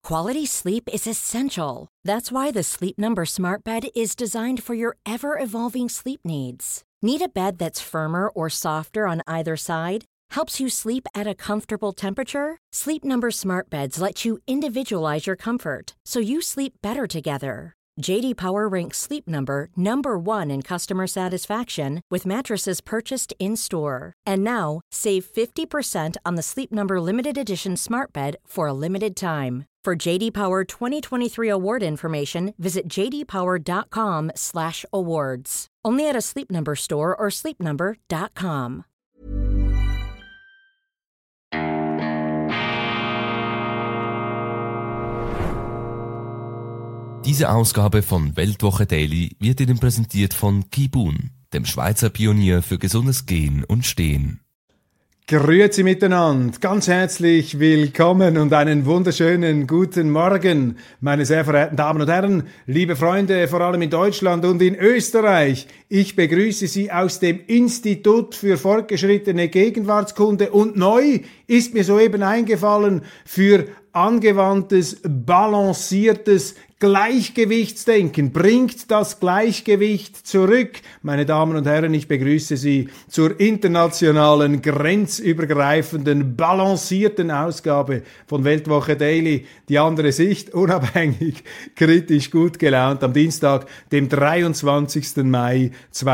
Quality sleep is essential. That's why the Sleep Number Smart Bed is designed for your ever-evolving sleep needs. Need a bed that's firmer or softer on either side? Helps you sleep at a comfortable temperature? Sleep Number Smart Beds let you individualize your comfort, so you sleep better together. J.D. Power ranks Sleep Number number 1 in customer satisfaction with mattresses purchased in-store. And now, save 50% on the Sleep Number Limited Edition Smart Bed for a limited time. For J.D. Power 2023 award information, visit jdpower.com/awards. Only at a Sleep Number store or sleepnumber.com. Diese Ausgabe von Weltwoche Daily wird Ihnen präsentiert von Kibun, dem Schweizer Pionier für gesundes Gehen und Stehen. Grüezi miteinander, ganz herzlich willkommen und einen wunderschönen guten Morgen, meine sehr verehrten Damen und Herren, liebe Freunde, vor allem in Deutschland und in Österreich. Ich begrüße Sie aus dem Institut für fortgeschrittene Gegenwartskunde und neu ist mir soeben eingefallen für angewandtes, balanciertes Gleichgewichtsdenken. Bringt das Gleichgewicht zurück. Meine Damen und Herren, ich begrüße Sie zur internationalen, grenzübergreifenden, balancierten Ausgabe von Weltwoche Daily. Die andere Sicht, unabhängig, kritisch, gut gelaunt, am Dienstag, dem 23. Mai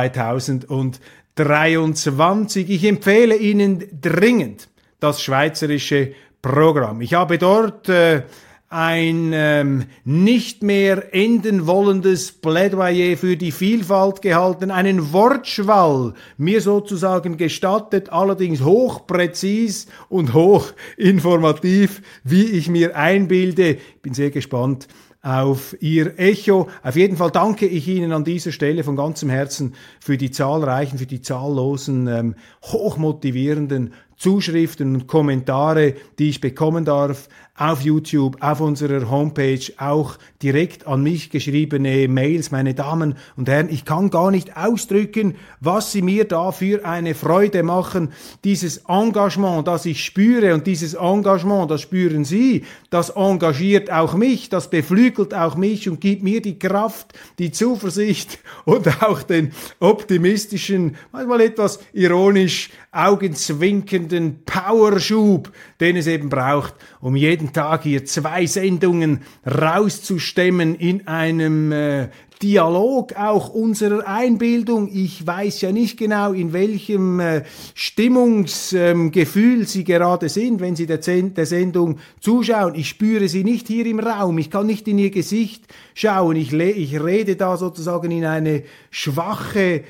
2023. Ich empfehle Ihnen dringend das schweizerische Programm. Ich habe dort ein nicht mehr enden wollendes Plädoyer für die Vielfalt gehalten, einen Wortschwall mir sozusagen gestattet, allerdings hochpräzis und hochinformativ, wie ich mir einbilde. Ich bin sehr gespannt auf Ihr Echo. Auf jeden Fall danke ich Ihnen an dieser Stelle von ganzem Herzen für die zahlreichen, für die zahllosen, hochmotivierenden Zuschriften und Kommentare, die ich bekommen darf auf YouTube, auf unserer Homepage, auch direkt an mich geschriebene Mails. Meine Damen und Herren, ich kann gar nicht ausdrücken, was Sie mir da für eine Freude machen. Dieses Engagement, das ich spüre, und dieses Engagement, das spüren Sie, das engagiert auch mich, das beflügelt auch mich und gibt mir die Kraft, die Zuversicht und auch den optimistischen, manchmal etwas ironisch augenzwinkenden Powerschub, den es eben braucht, um jeden Tag hier 2 Sendungen rauszustemmen in einem Dialog auch unserer Einbildung. Ich weiß ja nicht genau, in welchem Stimmungsgefühl Sie gerade sind, wenn Sie der Sendung zuschauen. Ich spüre Sie nicht hier im Raum. Ich kann nicht in Ihr Gesicht schauen. Ich rede da sozusagen in eine schwarze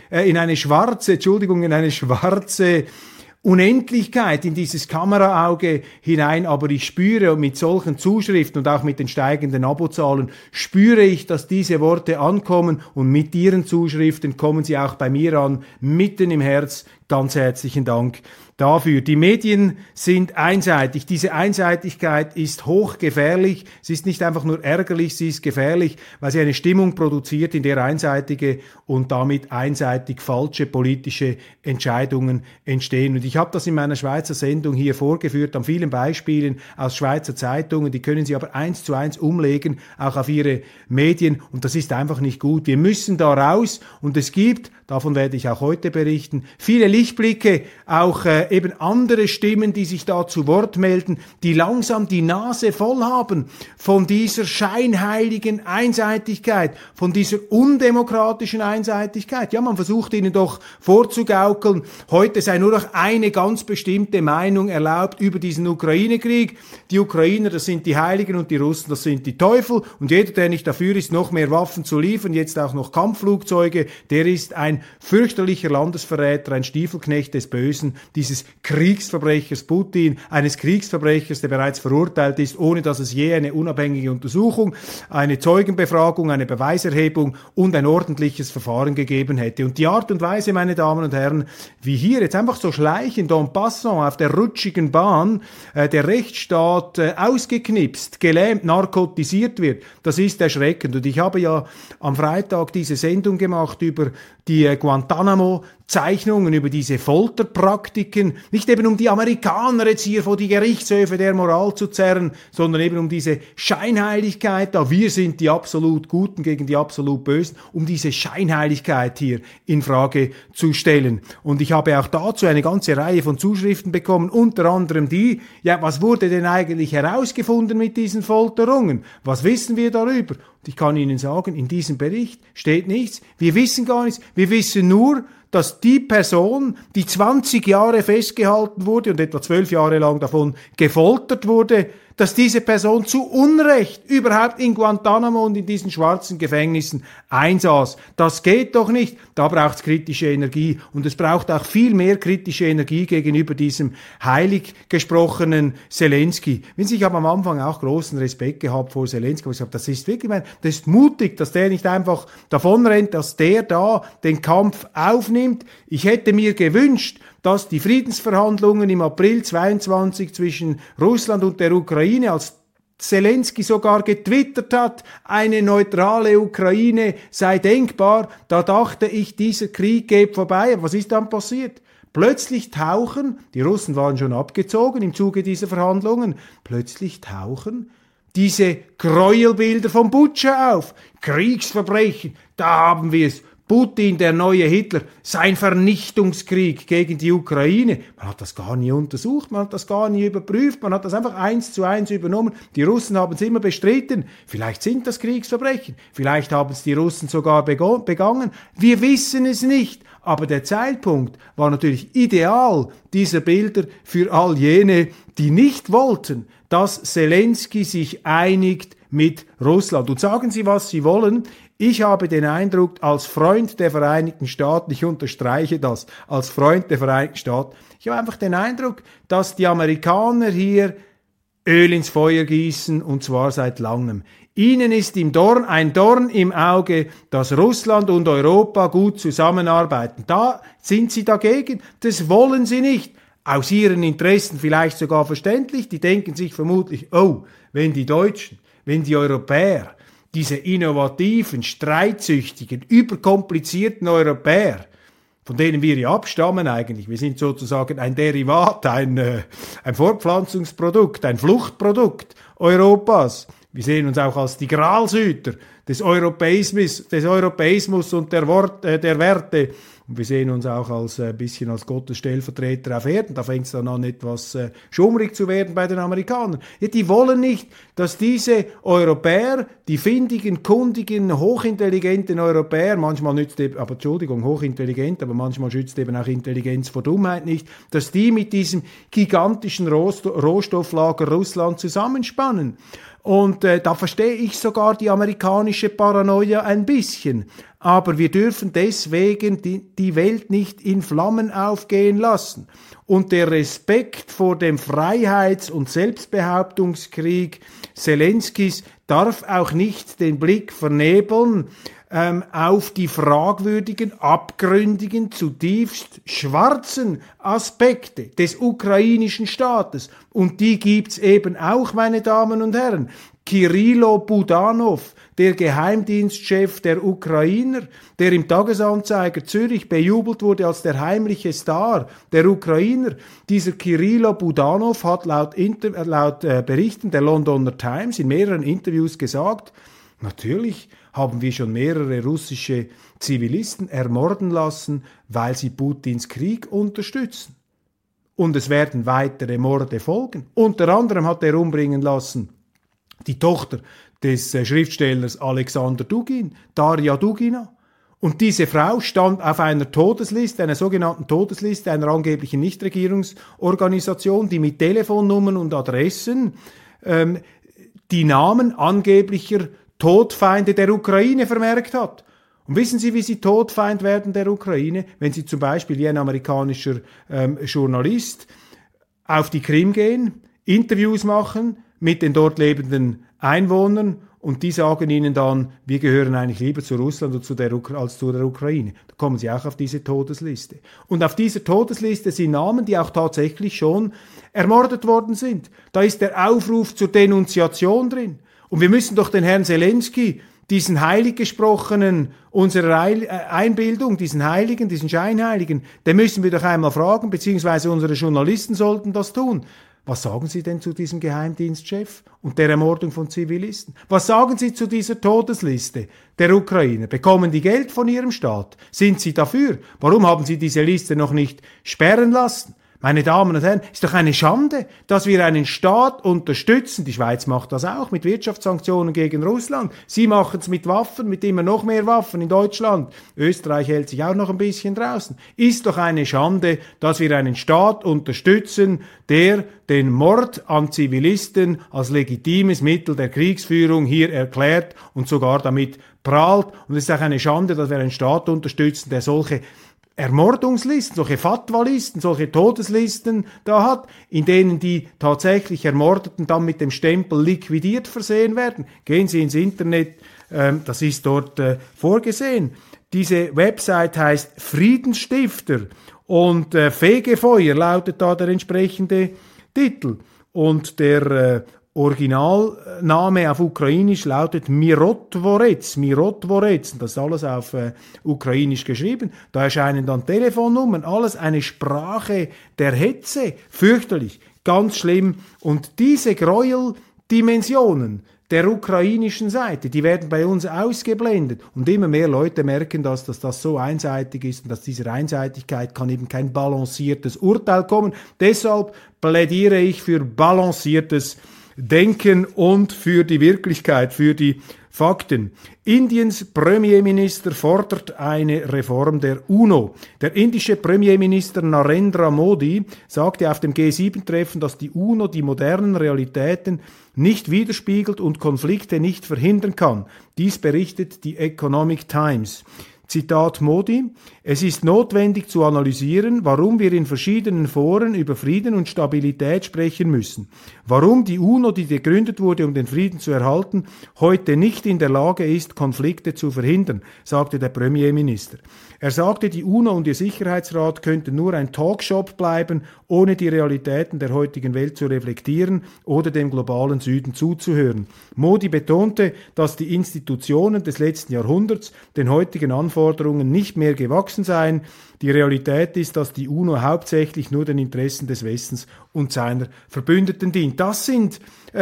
Unendlichkeit, in dieses Kameraauge hinein, aber ich spüre, und mit solchen Zuschriften und auch mit den steigenden Abozahlen spüre ich, dass diese Worte ankommen, und mit Ihren Zuschriften kommen sie auch bei mir an, mitten im Herz. Ganz herzlichen Dank dafür. Die Medien sind einseitig. Diese Einseitigkeit ist hochgefährlich. Sie ist nicht einfach nur ärgerlich, sie ist gefährlich, weil sie eine Stimmung produziert, in der einseitige und damit einseitig falsche politische Entscheidungen entstehen. Und ich habe das in meiner Schweizer Sendung hier vorgeführt, an vielen Beispielen aus Schweizer Zeitungen. Die können Sie aber 1:1 umlegen, auch auf Ihre Medien. Und das ist einfach nicht gut. Wir müssen da raus, und es gibt, davon werde ich auch heute berichten, viele Lichtblicke, auch eben andere Stimmen, die sich da zu Wort melden, die langsam die Nase voll haben von dieser scheinheiligen Einseitigkeit, von dieser undemokratischen Einseitigkeit. Ja, man versucht ihnen doch vorzugaukeln, heute sei nur noch eine ganz bestimmte Meinung erlaubt über diesen Ukraine-Krieg. Die Ukrainer, das sind die Heiligen, und die Russen, das sind die Teufel. Und jeder, der nicht dafür ist, noch mehr Waffen zu liefern, jetzt auch noch Kampfflugzeuge, der ist ein fürchterlicher Landesverräter, ein Stiefelknecht des Bösen, dieses Kriegsverbrechers Putin, eines Kriegsverbrechers, der bereits verurteilt ist, ohne dass es je eine unabhängige Untersuchung, eine Zeugenbefragung, eine Beweiserhebung und ein ordentliches Verfahren gegeben hätte. Und die Art und Weise, meine Damen und Herren, wie hier jetzt einfach so schleichend en passant auf der rutschigen Bahn der Rechtsstaat ausgeknipst, gelähmt, narkotisiert wird, das ist erschreckend. Und ich habe ja am Freitag diese Sendung gemacht über die Guantanamo Zeichnungen über diese Folterpraktiken, nicht eben um die Amerikaner jetzt hier vor die Gerichtshöfe der Moral zu zerren, sondern eben um diese Scheinheiligkeit, da wir sind die absolut Guten gegen die absolut Bösen, um diese Scheinheiligkeit hier in Frage zu stellen. Und ich habe auch dazu eine ganze Reihe von Zuschriften bekommen, unter anderem die, ja, was wurde denn eigentlich herausgefunden mit diesen Folterungen? Was wissen wir darüber? Und ich kann Ihnen sagen, in diesem Bericht steht nichts. Wir wissen gar nichts. Wir wissen nur, dass die Person, die 20 Jahre festgehalten wurde und etwa 12 Jahre lang davon gefoltert wurde, dass diese Person zu Unrecht überhaupt in Guantanamo und in diesen schwarzen Gefängnissen einsaß. Das geht doch nicht. Da braucht es kritische Energie. Und es braucht auch viel mehr kritische Energie gegenüber diesem heilig gesprochenen Zelensky. Ich habe am Anfang auch großen Respekt gehabt vor Zelensky. Aber ich habe, das ist wirklich, das ist mutig, dass der nicht einfach davonrennt, dass der da den Kampf aufnimmt. Ich hätte mir gewünscht, dass die Friedensverhandlungen im April 22 zwischen Russland und der Ukraine, als Zelensky sogar getwittert hat, eine neutrale Ukraine sei denkbar, da dachte ich, dieser Krieg geht vorbei. Aber was ist dann passiert? Plötzlich tauchen, die Russen waren schon abgezogen im Zuge dieser Verhandlungen, plötzlich tauchen diese Gräuelbilder von Butscha auf. Kriegsverbrechen, da haben wir es. Putin, der neue Hitler, sein Vernichtungskrieg gegen die Ukraine. Man hat das gar nie untersucht, man hat das gar nie überprüft, man hat das einfach 1:1 übernommen. Die Russen haben es immer bestritten. Vielleicht sind das Kriegsverbrechen, vielleicht haben es die Russen sogar begangen. Wir wissen es nicht. Aber der Zeitpunkt war natürlich ideal, dieser Bilder, für all jene, die nicht wollten, dass Zelensky sich einigt mit Russland. Und sagen Sie, was Sie wollen. Ich habe den Eindruck, als Freund der Vereinigten Staaten, ich unterstreiche das, als Freund der Vereinigten Staaten, ich habe einfach den Eindruck, dass die Amerikaner hier Öl ins Feuer gießen, und zwar seit langem. Ihnen ist ein Dorn im Auge, dass Russland und Europa gut zusammenarbeiten. Da sind sie dagegen, das wollen sie nicht. Aus ihren Interessen vielleicht sogar verständlich, die denken sich vermutlich, oh, wenn die Deutschen, wenn die Europäer, diese innovativen, streitsüchtigen, überkomplizierten Europäer, von denen wir ja abstammen eigentlich, wir sind sozusagen ein Derivat, ein Fortpflanzungsprodukt, ein Fluchtprodukt Europas. Wir sehen uns auch als die Gralshüter des Europäismus und der Werte. Und wir sehen uns auch als ein bisschen als Gottes Stellvertreter auf Erden. Da fängt es dann an, etwas schummrig zu werden bei den Amerikanern. Ja, die wollen nicht, dass diese Europäer, die findigen, kundigen, hochintelligenten Europäer, manchmal hochintelligent, aber manchmal schützt eben auch Intelligenz vor Dummheit nicht, dass die mit diesem gigantischen Rohstofflager Russland zusammenspannen. Und da verstehe ich sogar die amerikanische Paranoia ein bisschen. Aber wir dürfen deswegen die Welt nicht in Flammen aufgehen lassen. Und der Respekt vor dem Freiheits- und Selbstbehauptungskrieg Zelenskys darf auch nicht den Blick vernebeln auf die fragwürdigen, abgründigen, zutiefst schwarzen Aspekte des ukrainischen Staates. Und die gibt's eben auch, meine Damen und Herren. Kirilo Budanov, der Geheimdienstchef der Ukrainer, der im Tagesanzeiger Zürich bejubelt wurde als der heimliche Star der Ukrainer. Dieser Kirilo Budanov hat laut Berichten der Londoner Times in mehreren Interviews gesagt, natürlich haben wir schon mehrere russische Zivilisten ermorden lassen, weil sie Putins Krieg unterstützen. Und es werden weitere Morde folgen. Unter anderem hat er umbringen lassen die Tochter des Schriftstellers Alexander Dugin, Darja Dugina. Und diese Frau stand auf einer Todesliste, einer sogenannten Todesliste einer angeblichen Nichtregierungsorganisation, die mit Telefonnummern und Adressen die Namen angeblicher Todfeinde der Ukraine vermerkt hat. Und wissen Sie, wie Sie Todfeind werden der Ukraine? Wenn Sie zum Beispiel wie ein amerikanischer Journalist auf die Krim gehen, Interviews machen mit den dort lebenden Einwohnern und die sagen Ihnen dann, wir gehören eigentlich lieber zu Russland als zu der Ukraine. Da kommen Sie auch auf diese Todesliste. Und auf dieser Todesliste sind Namen, die auch tatsächlich schon ermordet worden sind. Da ist der Aufruf zur Denunziation drin. Und wir müssen doch den Herrn Zelensky diesen heilig gesprochenen unserer Einbildung, diesen Heiligen, diesen Scheinheiligen, den müssen wir doch einmal fragen, beziehungsweise unsere Journalisten sollten das tun. Was sagen Sie denn zu diesem Geheimdienstchef und der Ermordung von Zivilisten? Was sagen Sie zu dieser Todesliste der Ukrainer? Bekommen die Geld von Ihrem Staat? Sind Sie dafür? Warum haben Sie diese Liste noch nicht sperren lassen? Meine Damen und Herren, ist doch eine Schande, dass wir einen Staat unterstützen. Die Schweiz macht das auch mit Wirtschaftssanktionen gegen Russland. Sie machen es mit Waffen, mit immer noch mehr Waffen in Deutschland. Österreich hält sich auch noch ein bisschen draußen. Ist doch eine Schande, dass wir einen Staat unterstützen, der den Mord an Zivilisten als legitimes Mittel der Kriegsführung hier erklärt und sogar damit prahlt. Und es ist auch eine Schande, dass wir einen Staat unterstützen, der solche Ermordungslisten, solche Fatwa-Listen, solche Todeslisten da hat, in denen die tatsächlich Ermordeten dann mit dem Stempel liquidiert versehen werden. Gehen Sie ins Internet, das ist dort vorgesehen. Diese Website heißt Friedensstifter und Fegefeuer lautet da der entsprechende Titel. Und der Originalname auf Ukrainisch lautet Mirotvorets, das ist alles auf Ukrainisch geschrieben. Da erscheinen dann Telefonnummern, alles eine Sprache der Hetze, fürchterlich, ganz schlimm. Und diese Gräueldimensionen der ukrainischen Seite, die werden bei uns ausgeblendet. Und immer mehr Leute merken, dass das so einseitig ist und dass dieser Einseitigkeit kann eben kein balanciertes Urteil kommen. Deshalb plädiere ich für balanciertes Denken und für die Wirklichkeit, für die Fakten. Indiens Premierminister fordert eine Reform der UNO. Der indische Premierminister Narendra Modi sagte auf dem G7-Treffen, dass die UNO die modernen Realitäten nicht widerspiegelt und Konflikte nicht verhindern kann. Dies berichtet die Economic Times. Zitat Modi: Es ist notwendig zu analysieren, warum wir in verschiedenen Foren über Frieden und Stabilität sprechen müssen. Warum die UNO, die gegründet wurde, um den Frieden zu erhalten, heute nicht in der Lage ist, Konflikte zu verhindern, sagte der Premierminister. Er sagte, die UNO und ihr Sicherheitsrat könnten nur ein Talkshop bleiben, ohne die Realitäten der heutigen Welt zu reflektieren oder dem globalen Süden zuzuhören. Modi betonte, dass die Institutionen des letzten Jahrhunderts den heutigen Anforderungen nicht mehr gewachsen seien. Die Realität ist, dass die UNO hauptsächlich nur den Interessen des Westens und seiner Verbündeten dient. Das sind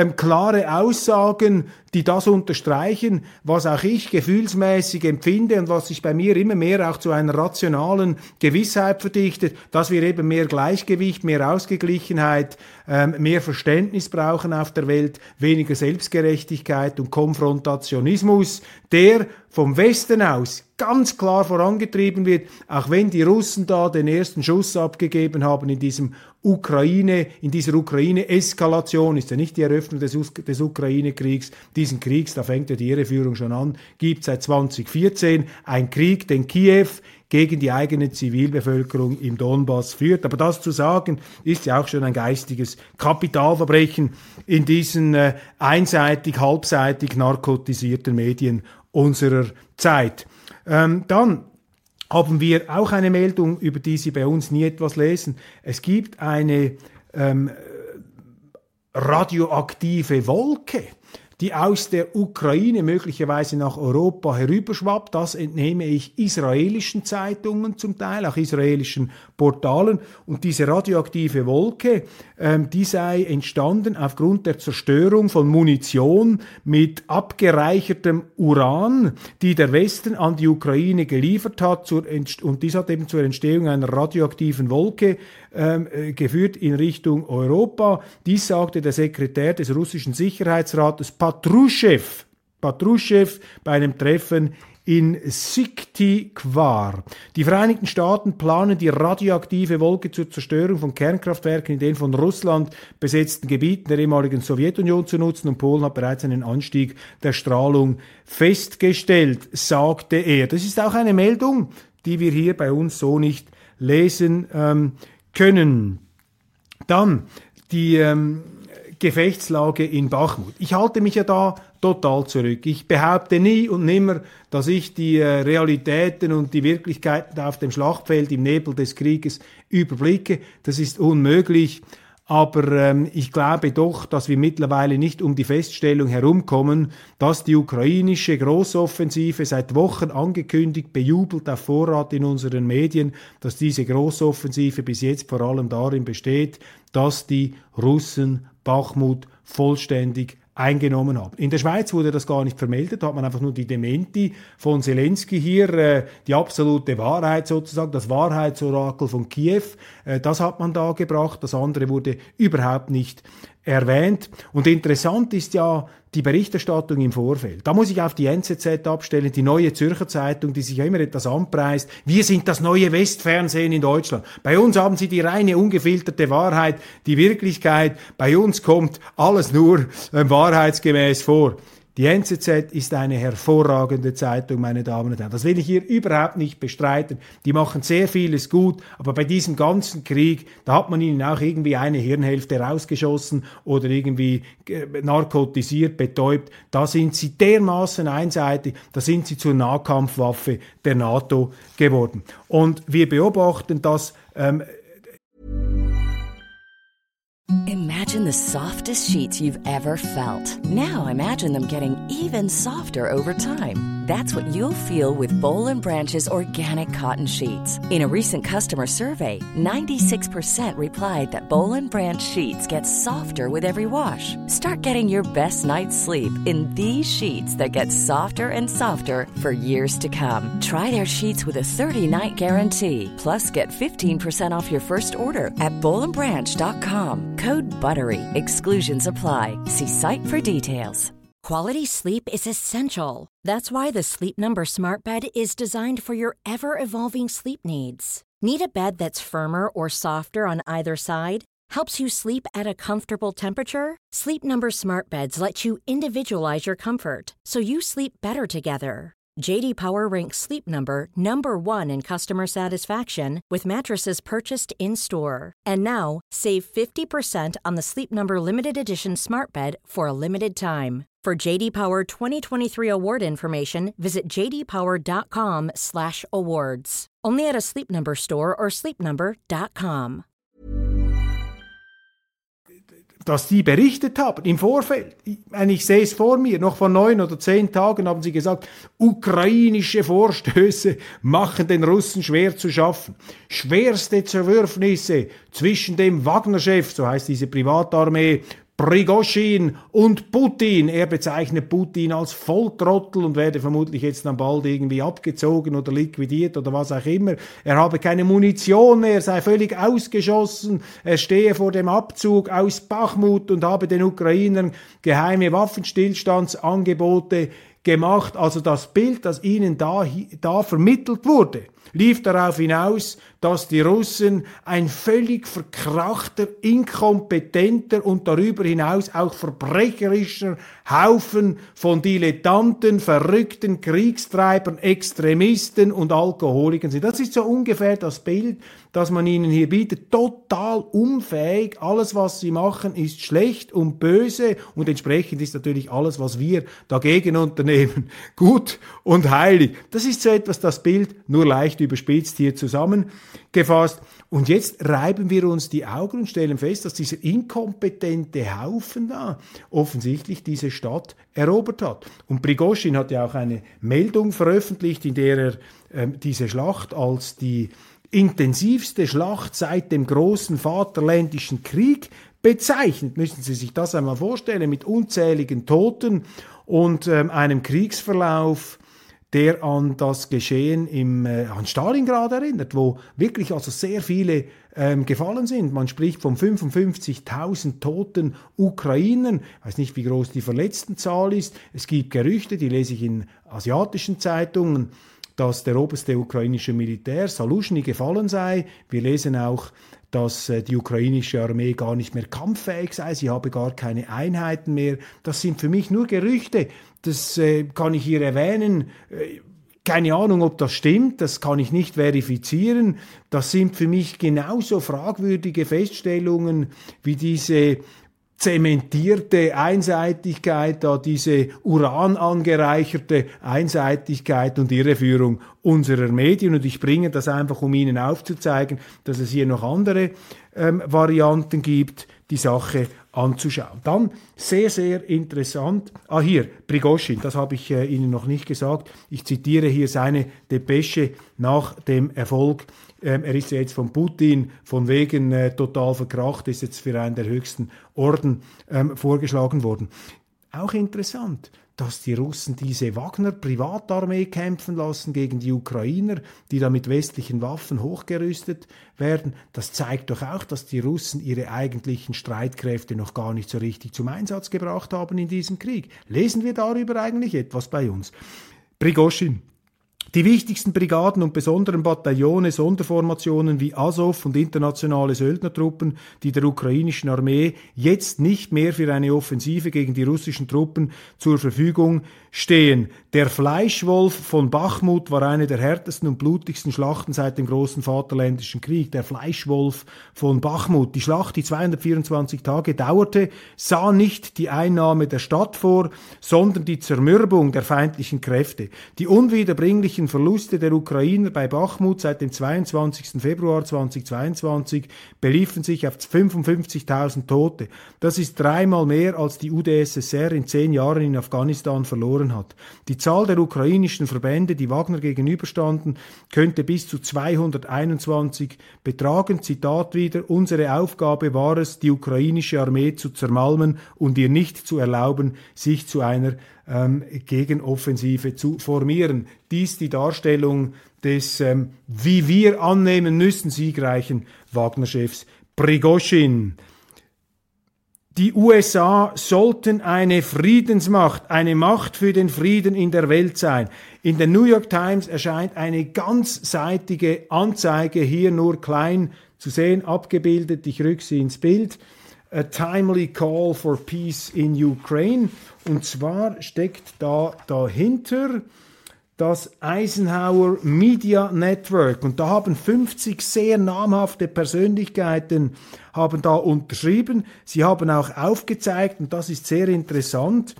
klare Aussagen, die das unterstreichen, was auch ich gefühlsmäßig empfinde und was sich bei mir immer mehr auch zu einer rationalen Gewissheit verdichtet, dass wir eben mehr Gleichgewicht, mehr Ausgeglichenheit, mehr Verständnis brauchen auf der Welt, weniger Selbstgerechtigkeit und Konfrontationismus, der vom Westen aus ganz klar vorangetrieben wird, auch wenn die Russen da den ersten Schuss abgegeben haben in dieser Ukraine-Eskalation, ist ja nicht die Eröffnung des Ukraine-Kriegs, diesen Kriegs, da fängt ja die Irreführung schon an, gibt seit 2014 ein Krieg, den Kiew gegen die eigene Zivilbevölkerung im Donbass führt. Aber das zu sagen, ist ja auch schon ein geistiges Kapitalverbrechen in diesen einseitig, halbseitig narkotisierten Medien unserer Zeit. Dann haben wir auch eine Meldung, über die Sie bei uns nie etwas lesen. Es gibt eine radioaktive Wolke, die aus der Ukraine möglicherweise nach Europa herüberschwappt. Das entnehme ich israelischen Zeitungen zum Teil, auch israelischen Portalen. Und diese radioaktive Wolke, die sei entstanden aufgrund der Zerstörung von Munition mit abgereichertem Uran, die der Westen an die Ukraine geliefert hat. Und dies hat eben zur Entstehung einer radioaktiven Wolke geführt in Richtung Europa. Dies sagte der Sekretär des russischen Sicherheitsrates Patruschew bei einem Treffen in Syktyvkar. Die Vereinigten Staaten planen, die radioaktive Wolke zur Zerstörung von Kernkraftwerken in den von Russland besetzten Gebieten der ehemaligen Sowjetunion zu nutzen, und Polen hat bereits einen Anstieg der Strahlung festgestellt, sagte er. Das ist auch eine Meldung, die wir hier bei uns so nicht lesen können. Dann die Gefechtslage in Bachmut. Ich halte mich ja da total zurück. Ich behaupte nie und nimmer, dass ich die Realitäten und die Wirklichkeiten auf dem Schlachtfeld im Nebel des Krieges überblicke. Das ist unmöglich. aber ich glaube doch, dass wir mittlerweile nicht um die Feststellung herumkommen, dass die ukrainische Großoffensive seit Wochen angekündigt, bejubelt auf Vorrat in unseren Medien, dass diese Großoffensive bis jetzt vor allem darin besteht, dass die Russen Bachmut vollständig eingenommen haben. In der Schweiz wurde das gar nicht vermeldet, da hat man einfach nur die Dementi von Zelensky hier, die absolute Wahrheit sozusagen, das Wahrheitsorakel von Kiew, das hat man da gebracht, das andere wurde überhaupt nicht erwähnt. Und interessant ist ja die Berichterstattung im Vorfeld. Da muss ich auf die NZZ abstellen, die Neue Zürcher Zeitung, die sich ja immer etwas anpreist. Wir sind das neue Westfernsehen in Deutschland. Bei uns haben sie die reine, ungefilterte Wahrheit, die Wirklichkeit. Bei uns kommt alles nur wahrheitsgemäß vor. Die NZZ ist eine hervorragende Zeitung, meine Damen und Herren. Das will ich hier überhaupt nicht bestreiten. Die machen sehr vieles gut, aber bei diesem ganzen Krieg, da hat man ihnen auch irgendwie eine Hirnhälfte rausgeschossen oder irgendwie narkotisiert, betäubt. Da sind sie dermaßen einseitig, da sind sie zur Nahkampfwaffe der NATO geworden. Und wir beobachten, dass Imagine the softest sheets you've ever felt. Now imagine them getting even softer over time. That's what you'll feel with Boll & Branch's organic cotton sheets. In a recent customer survey, 96% replied that Boll & Branch sheets get softer with every wash. Start getting your best night's sleep in these sheets that get softer and softer for years to come. Try their sheets with a 30-night guarantee. Plus, get 15% off your first order at bollandbranch.com. Code BUTTERY. Exclusions apply. See site for details. Quality sleep is essential. That's why the Sleep Number Smart Bed is designed for your ever-evolving sleep needs. Need a bed that's firmer or softer on either side? Helps you sleep at a comfortable temperature? Sleep Number Smart Beds let you individualize your comfort, so you sleep better together. J.D. Power ranks Sleep Number number 1 in customer satisfaction with mattresses purchased in-store. And now, save 50% on the Sleep Number Limited Edition Smart Bed for a limited time. For J.D. Power 2023 award information, visit jdpower.com/awards. Only at a Sleep Number store or sleepnumber.com. dass die berichtet haben im Vorfeld. Ich sehe es vor mir, noch vor 9 oder 10 Tagen haben sie gesagt, ukrainische Vorstöße machen den Russen schwer zu schaffen. Schwerste Zerwürfnisse zwischen dem Wagner-Chef, so heißt diese Privatarmee, Prigoschin und Putin. Er bezeichnet Putin als Volltrottel und werde vermutlich jetzt dann bald irgendwie abgezogen oder liquidiert oder was auch immer. Er habe keine Munition mehr, sei völlig ausgeschossen. Er stehe vor dem Abzug aus Bachmut und habe den Ukrainern geheime Waffenstillstandsangebote gemacht. Also das Bild, das ihnen da vermittelt wurde, lief darauf hinaus, dass die Russen ein völlig verkrachter, inkompetenter und darüber hinaus auch verbrecherischer Haufen von Dilettanten, verrückten Kriegstreibern, Extremisten und Alkoholikern sind. Das ist so ungefähr das Bild, das man ihnen hier bietet. Total unfähig. Alles, was sie machen, ist schlecht und böse und entsprechend ist natürlich alles, was wir dagegen unternehmen, gut und heilig. Das ist so etwas das Bild, nur leicht überspitzt hier zusammengefasst. Und jetzt reiben wir uns die Augen und stellen fest, dass dieser inkompetente Haufen da offensichtlich diese Stadt erobert hat. Und Prigoschin hat ja auch eine Meldung veröffentlicht, in der er diese Schlacht als die intensivste Schlacht seit dem großen Vaterländischen Krieg bezeichnet. Müssen Sie sich das einmal vorstellen, mit unzähligen Toten und einem Kriegsverlauf, der an das Geschehen an Stalingrad erinnert, wo wirklich also sehr viele gefallen sind. Man spricht von 55.000 toten Ukrainern. Ich weiß nicht, wie groß die Verletztenzahl ist. Es gibt Gerüchte, die lese ich in asiatischen Zeitungen, dass der oberste ukrainische Militär, Saluschny, gefallen sei. Wir lesen auch, dass die ukrainische Armee gar nicht mehr kampffähig sei, sie habe gar keine Einheiten mehr. Das sind für mich nur Gerüchte. Das kann ich hier erwähnen. Keine Ahnung, ob das stimmt, das kann ich nicht verifizieren. Das sind für mich genauso fragwürdige Feststellungen wie diese zementierte Einseitigkeit, diese uranangereicherte Einseitigkeit und Irreführung unserer Medien. Und ich bringe das einfach, um Ihnen aufzuzeigen, dass es hier noch andere Varianten gibt, die Sache anzuschauen. Dann sehr, sehr interessant, hier, Prigoschin, das habe ich Ihnen noch nicht gesagt, ich zitiere hier seine Depesche nach dem Erfolg. Er ist ja jetzt von Putin von wegen total verkracht, ist jetzt für einen der höchsten Orden vorgeschlagen worden. Auch interessant, dass die Russen diese Wagner-Privatarmee kämpfen lassen gegen die Ukrainer, die da mit westlichen Waffen hochgerüstet werden. Das zeigt doch auch, dass die Russen ihre eigentlichen Streitkräfte noch gar nicht so richtig zum Einsatz gebracht haben in diesem Krieg. Lesen wir darüber eigentlich etwas bei uns? Prigoschin. Die wichtigsten Brigaden und besonderen Bataillone, Sonderformationen wie Azov und internationale Söldnertruppen, die der ukrainischen Armee jetzt nicht mehr für eine Offensive gegen die russischen Truppen zur Verfügung stehen. Der Fleischwolf von Bachmut war eine der härtesten und blutigsten Schlachten seit dem großen Vaterländischen Krieg. Der Fleischwolf von Bachmut. Die Schlacht, die 224 Tage dauerte, sah nicht die Einnahme der Stadt vor, sondern die Zermürbung der feindlichen Kräfte. Die unwiederbringlichen Verluste der Ukrainer bei Bachmut seit dem 22. Februar 2022 beliefen sich auf 55.000 Tote. Das ist 3-mal mehr, als die UdSSR in 10 Jahren in Afghanistan verloren hat. Die Zahl der ukrainischen Verbände, die Wagner gegenüberstanden, könnte bis zu 221 betragen. Zitat wieder: Unsere Aufgabe war es, die ukrainische Armee zu zermalmen und ihr nicht zu erlauben, sich zu einer Gegenoffensive zu formieren. Dies die Darstellung des, wie wir annehmen müssen, siegreichen Wagner-Chefs Prigoschin. Die USA sollten eine Friedensmacht, eine Macht für den Frieden in der Welt sein. In der New York Times erscheint eine ganzseitige Anzeige, hier nur klein zu sehen, abgebildet. Ich rücke sie ins Bild. A timely call for peace in Ukraine. Und zwar steckt da dahinter das Eisenhower Media Network. Und da haben 50 sehr namhafte Persönlichkeiten haben da unterschrieben. Sie haben auch aufgezeigt, und das ist sehr interessant,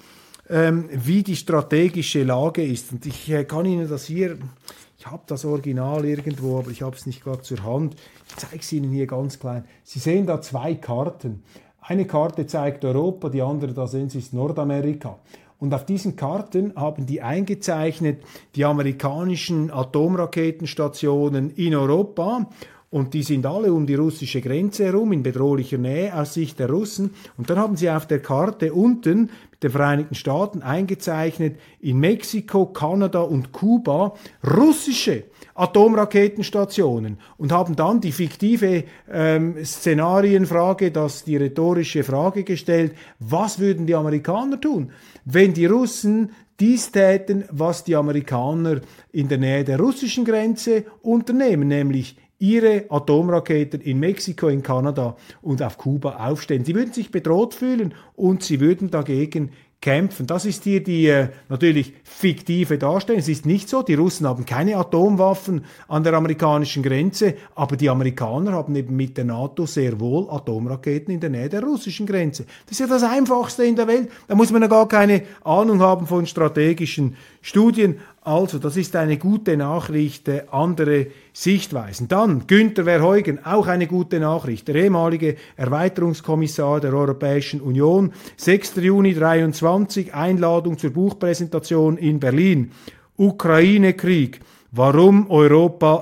wie die strategische Lage ist. Und ich kann Ihnen das hier, ich habe das Original irgendwo, aber ich habe es nicht gerade zur Hand. Ich zeige es Ihnen hier ganz klein. Sie sehen da 2 Karten. Eine Karte zeigt Europa, die andere, da sehen Sie, ist Nordamerika. Und auf diesen Karten haben die eingezeichnet die amerikanischen Atomraketenstationen in Europa. Und die sind alle um die russische Grenze herum, in bedrohlicher Nähe aus Sicht der Russen. Und dann haben sie auf der Karte unten mit den Vereinigten Staaten eingezeichnet, in Mexiko, Kanada und Kuba russische Atomraketenstationen und haben dann die fiktive Szenarienfrage, die rhetorische Frage gestellt, was würden die Amerikaner tun, wenn die Russen dies täten, was die Amerikaner in der Nähe der russischen Grenze unternehmen, nämlich ihre Atomraketen in Mexiko, in Kanada und auf Kuba aufstellen. Sie würden sich bedroht fühlen und sie würden dagegen kämpfen. Das ist hier die natürlich fiktive Darstellung. Es ist nicht so, die Russen haben keine Atomwaffen an der amerikanischen Grenze, aber die Amerikaner haben eben mit der NATO sehr wohl Atomraketen in der Nähe der russischen Grenze. Das ist ja das Einfachste in der Welt. Da muss man ja gar keine Ahnung haben von strategischen Studien. Also, das ist eine gute Nachricht, andere Sichtweisen. Dann Günther Verheugen, auch eine gute Nachricht. Der ehemalige Erweiterungskommissar der Europäischen Union, 6. Juni 2023, Einladung zur Buchpräsentation in Berlin. Ukraine-Krieg. Warum Europa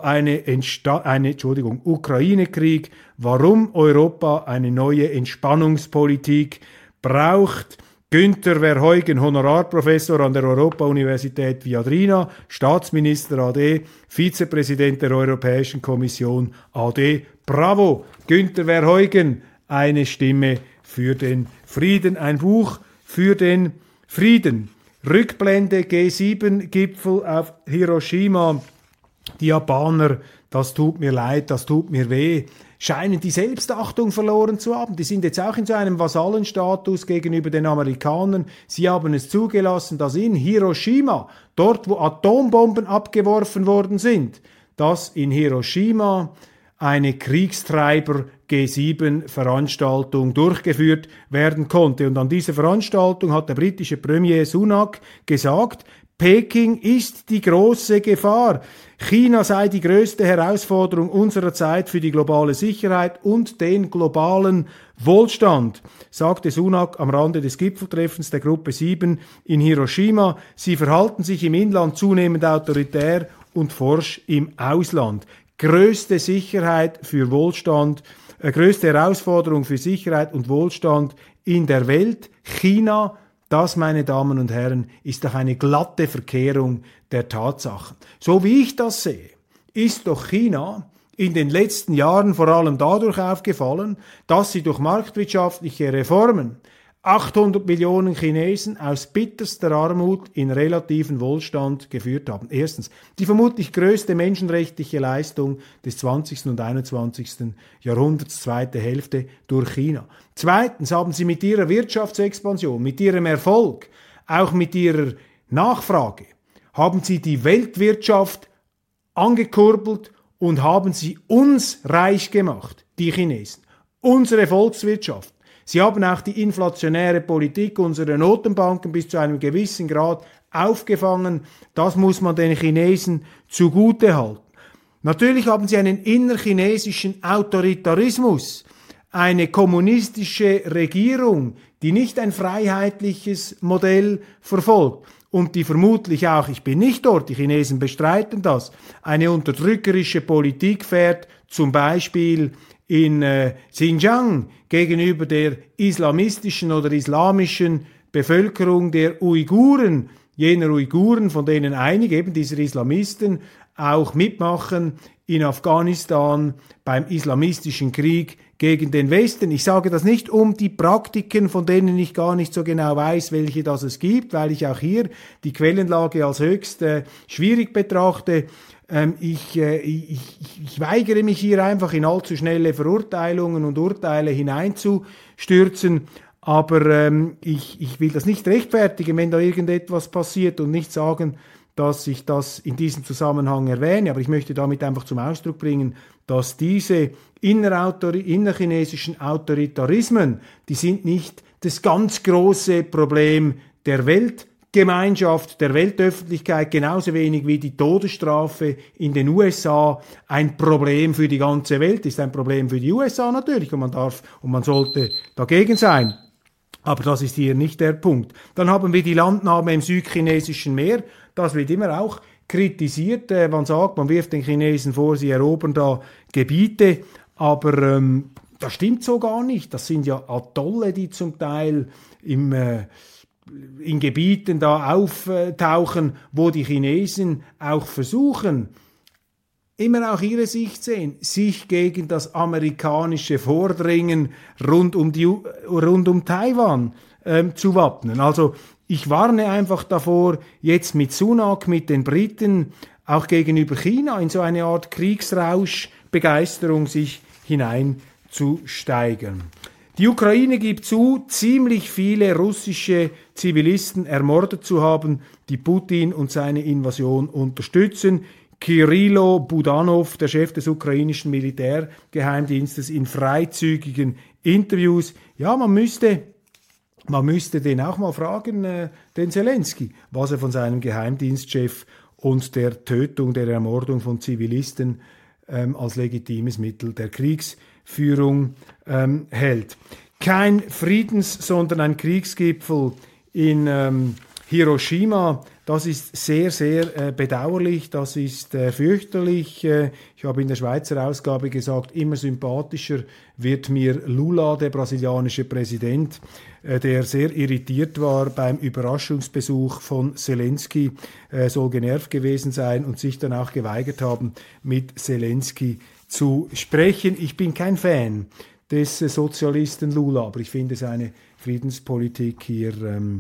Ukraine-Krieg, warum Europa eine neue Entspannungspolitik braucht. Günther Verheugen, Honorarprofessor an der Europa-Universität Viadrina, Staatsminister AD, Vizepräsident der Europäischen Kommission AD. Bravo, Günther Verheugen, eine Stimme für den Frieden, ein Buch für den Frieden. Rückblende G7-Gipfel auf Hiroshima. Die Japaner, das tut mir leid, das tut mir weh, scheinen die Selbstachtung verloren zu haben. Die sind jetzt auch in so einem Vasallenstatus gegenüber den Amerikanern. Sie haben es zugelassen, dass in Hiroshima, dort wo Atombomben abgeworfen worden sind, dass in Hiroshima eine Kriegstreiber G7-Veranstaltung durchgeführt werden konnte. Und an dieser Veranstaltung hat der britische Premier Sunak gesagt, Peking ist die große Gefahr. China sei die größte Herausforderung unserer Zeit für die globale Sicherheit und den globalen Wohlstand, sagte Sunak am Rande des Gipfeltreffens der Gruppe 7 in Hiroshima. Sie verhalten sich im Inland zunehmend autoritär und forsch im Ausland. Größte Sicherheit für Wohlstand, größte Herausforderung für Sicherheit und Wohlstand in der Welt. China, das, meine Damen und Herren, ist doch eine glatte Verkehrung der Tatsachen. So wie ich das sehe, ist doch China in den letzten Jahren vor allem dadurch aufgefallen, dass sie durch marktwirtschaftliche Reformen 800 Millionen Chinesen aus bitterster Armut in relativen Wohlstand geführt haben. Erstens, die vermutlich größte menschenrechtliche Leistung des 20. und 21. Jahrhunderts, zweite Hälfte, durch China. Zweitens haben sie mit ihrer Wirtschaftsexpansion, mit ihrem Erfolg, auch mit ihrer Nachfrage, haben sie die Weltwirtschaft angekurbelt und haben sie uns reich gemacht, die Chinesen, unsere Volkswirtschaft. Sie haben auch die inflationäre Politik unserer Notenbanken bis zu einem gewissen Grad aufgefangen. Das muss man den Chinesen zugutehalten. Natürlich haben sie einen innerchinesischen Autoritarismus, eine kommunistische Regierung, die nicht ein freiheitliches Modell verfolgt und die vermutlich auch, ich bin nicht dort, die Chinesen bestreiten das, eine unterdrückerische Politik fährt, zum Beispiel in Xinjiang gegenüber der islamistischen oder islamischen Bevölkerung der Uiguren, jener Uiguren, von denen einige eben dieser Islamisten auch mitmachen in Afghanistan beim islamistischen Krieg gegen den Westen. Ich sage das nicht um die Praktiken, von denen ich gar nicht so genau weiß, welche das es gibt, weil ich auch hier die Quellenlage als höchst schwierig betrachte. Ich weigere mich hier einfach in allzu schnelle Verurteilungen und Urteile hineinzustürzen, aber ich will das nicht rechtfertigen, wenn da irgendetwas passiert und nicht sagen, dass ich das in diesem Zusammenhang erwähne, aber ich möchte damit einfach zum Ausdruck bringen, dass diese innerchinesischen Autoritarismen, die sind nicht das ganz große Problem der Weltgemeinschaft, der Weltöffentlichkeit, genauso wenig wie die Todesstrafe in den USA ein Problem für die ganze Welt ist, ein Problem für die USA natürlich, und man darf und man sollte dagegen sein. Aber das ist hier nicht der Punkt. Dann haben wir die Landnahme im südchinesischen Meer. Das wird immer auch kritisiert. Man sagt, man wirft den Chinesen vor, sie erobern da Gebiete. Aber das stimmt so gar nicht. Das sind ja Atolle, die zum Teil in Gebieten da auftauchen, wo die Chinesen auch versuchen, immer auch ihre Sicht sehen, sich gegen das amerikanische Vordringen rund um Taiwan zu wappnen. Also ich warne einfach davor, jetzt mit Sunak, mit den Briten, auch gegenüber China in so eine Art Kriegsrausch-Begeisterung sich hineinzusteigern. Die Ukraine gibt zu, ziemlich viele russische Zivilisten ermordet zu haben, die Putin und seine Invasion unterstützen. Kyrylo Budanov, der Chef des ukrainischen Militärgeheimdienstes, in freizügigen Interviews. Ja, man müsste den auch mal fragen, den Zelensky, was er von seinem Geheimdienstchef und der Tötung, der Ermordung von Zivilisten als legitimes Mittel der Kriegsführung hält. Kein Friedens-, sondern ein Kriegsgipfel in Hiroshima. Das ist sehr, sehr bedauerlich, das ist fürchterlich. Ich habe in der Schweizer Ausgabe gesagt, immer sympathischer wird mir Lula, der brasilianische Präsident, der sehr irritiert war beim Überraschungsbesuch von Zelensky, soll genervt gewesen sein und sich dann auch geweigert haben, mit Zelensky zu sprechen. Ich bin kein Fan des Sozialisten Lula, aber ich finde seine Friedenspolitik hier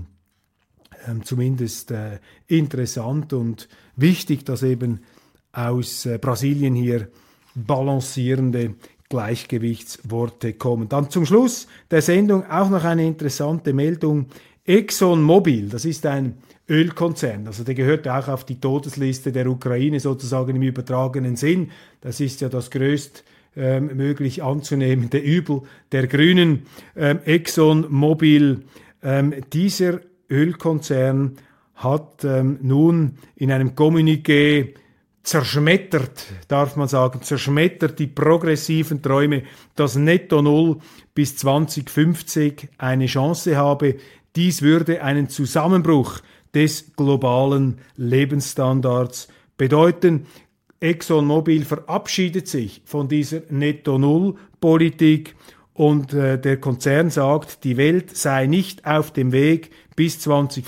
zumindest interessant und wichtig, dass eben aus Brasilien hier balancierende Gleichgewichtsworte kommen. Dann zum Schluss der Sendung auch noch eine interessante Meldung. ExxonMobil, das ist ein Ölkonzern, also der gehört auch auf die Todesliste der Ukraine sozusagen im übertragenen Sinn. Das ist ja das größtmöglich anzunehmende Übel der Grünen. ExxonMobil, dieser Ölkonzern hat nun in einem Kommuniqué zerschmettert, darf man sagen, zerschmettert die progressiven Träume, dass Netto Null bis 2050 eine Chance habe. Dies würde einen Zusammenbruch des globalen Lebensstandards bedeuten. ExxonMobil verabschiedet sich von dieser Netto-Null-Politik und der Konzern sagt, die Welt sei nicht auf dem Weg, bis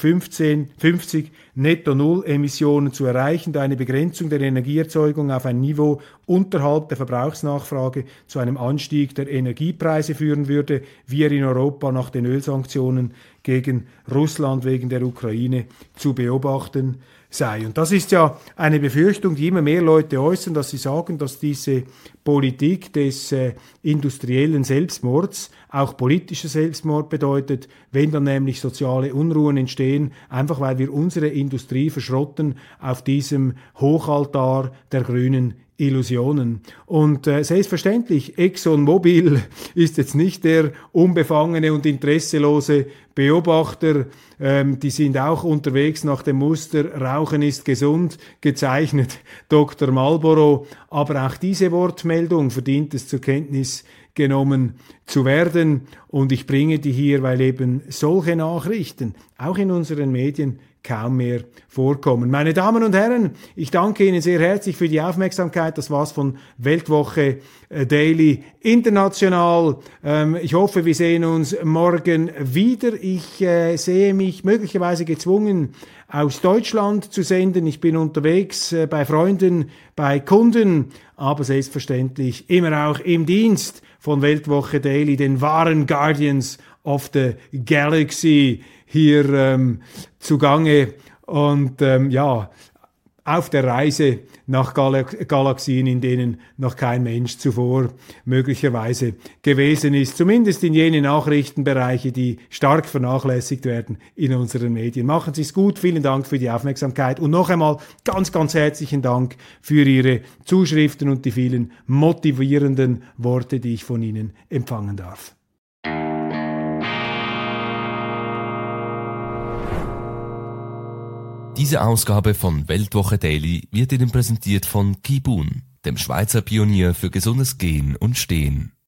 2050 Netto-Null-Emissionen zu erreichen, da eine Begrenzung der Energieerzeugung auf ein Niveau unterhalb der Verbrauchsnachfrage zu einem Anstieg der Energiepreise führen würde, wie er in Europa nach den Ölsanktionen gegen Russland wegen der Ukraine zu beobachten sei. Und das ist ja eine Befürchtung, die immer mehr Leute äußern, dass sie sagen, dass diese Politik des industriellen Selbstmords auch politischer Selbstmord bedeutet, wenn dann nämlich soziale Unruhen entstehen, einfach weil wir unsere Industrie verschrotten auf diesem Hochaltar der grünen Illusionen. Und selbstverständlich, ExxonMobil ist jetzt nicht der unbefangene und interesselose Beobachter. Die sind auch unterwegs nach dem Muster Rauchen ist gesund, gezeichnet Dr. Marlboro. Aber auch diese Wortmeldung verdient es zur Kenntnis genommen zu werden. Und ich bringe die hier, weil eben solche Nachrichten auch in unseren Medien kaum mehr vorkommen. Meine Damen und Herren, ich danke Ihnen sehr herzlich für die Aufmerksamkeit. Das war's von Weltwoche Daily International. Ich hoffe, wir sehen uns morgen wieder. Ich sehe mich möglicherweise gezwungen, aus Deutschland zu senden. Ich bin unterwegs bei Freunden, bei Kunden, aber selbstverständlich immer auch im Dienst von Weltwoche Daily, den wahren Guardians of the Galaxy hier zugange und auf der Reise nach Galaxien, in denen noch kein Mensch zuvor möglicherweise gewesen ist. Zumindest in jene Nachrichtenbereiche, die stark vernachlässigt werden in unseren Medien. Machen Sie es gut, vielen Dank für die Aufmerksamkeit und noch einmal ganz, ganz herzlichen Dank für Ihre Zuschriften und die vielen motivierenden Worte, die ich von Ihnen empfangen darf. Diese Ausgabe von Weltwoche Daily wird Ihnen präsentiert von Kibun, dem Schweizer Pionier für gesundes Gehen und Stehen.